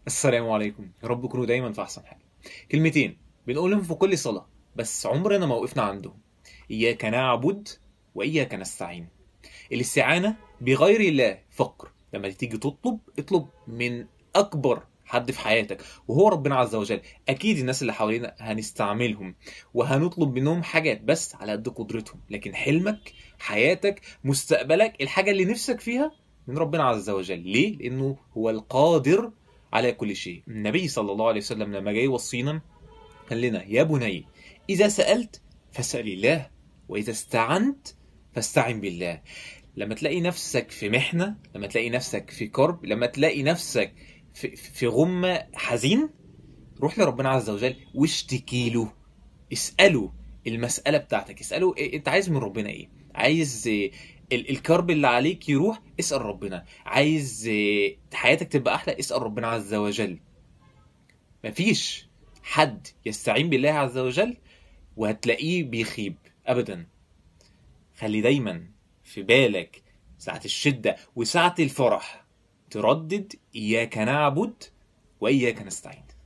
السلام عليكم، يا رب تكونوا دايما في احسن حال. كلمتين بنقولهم في كل صلاة، بس عمرنا ما وقفنا عندهم. اياك نعبد واياك نستعين. الاستعانة بغير الله فقر. لما تيجي تطلب، اطلب من اكبر حد في حياتك وهو ربنا عز وجل. اكيد الناس اللي حوالينا هنستعملهم وهنطلب منهم حاجات بس على قد قدرتهم، لكن حلمك، حياتك، مستقبلك، الحاجة اللي نفسك فيها من ربنا عز وجل. ليه؟ لانه هو القادر على كل شيء. النبي صلى الله عليه وسلم لما جاي يوصينا قال لنا: يا بني، إذا سألت فاسأل الله، وإذا استعنت فاستعن بالله. لما تلاقي نفسك في محنة، لما تلاقي نفسك في كرب، لما تلاقي نفسك في غمة حزين، روح لربنا عز وجل واشتكي له. اسأله المسألة بتاعتك، اسأله إيه انت عايز من ربنا، ايه عايز؟ إيه الكرب اللي عليك يروح؟ اسأل ربنا. عايز إيه حياتك تبقى احلى؟ اسأل ربنا عز وجل. مفيش حد يستعين بالله عز وجل وهتلاقيه بيخيب ابدا. خلي دايما في بالك ساعة الشدة وساعة الفرح تردد: اياك نعبد واياك نستعين.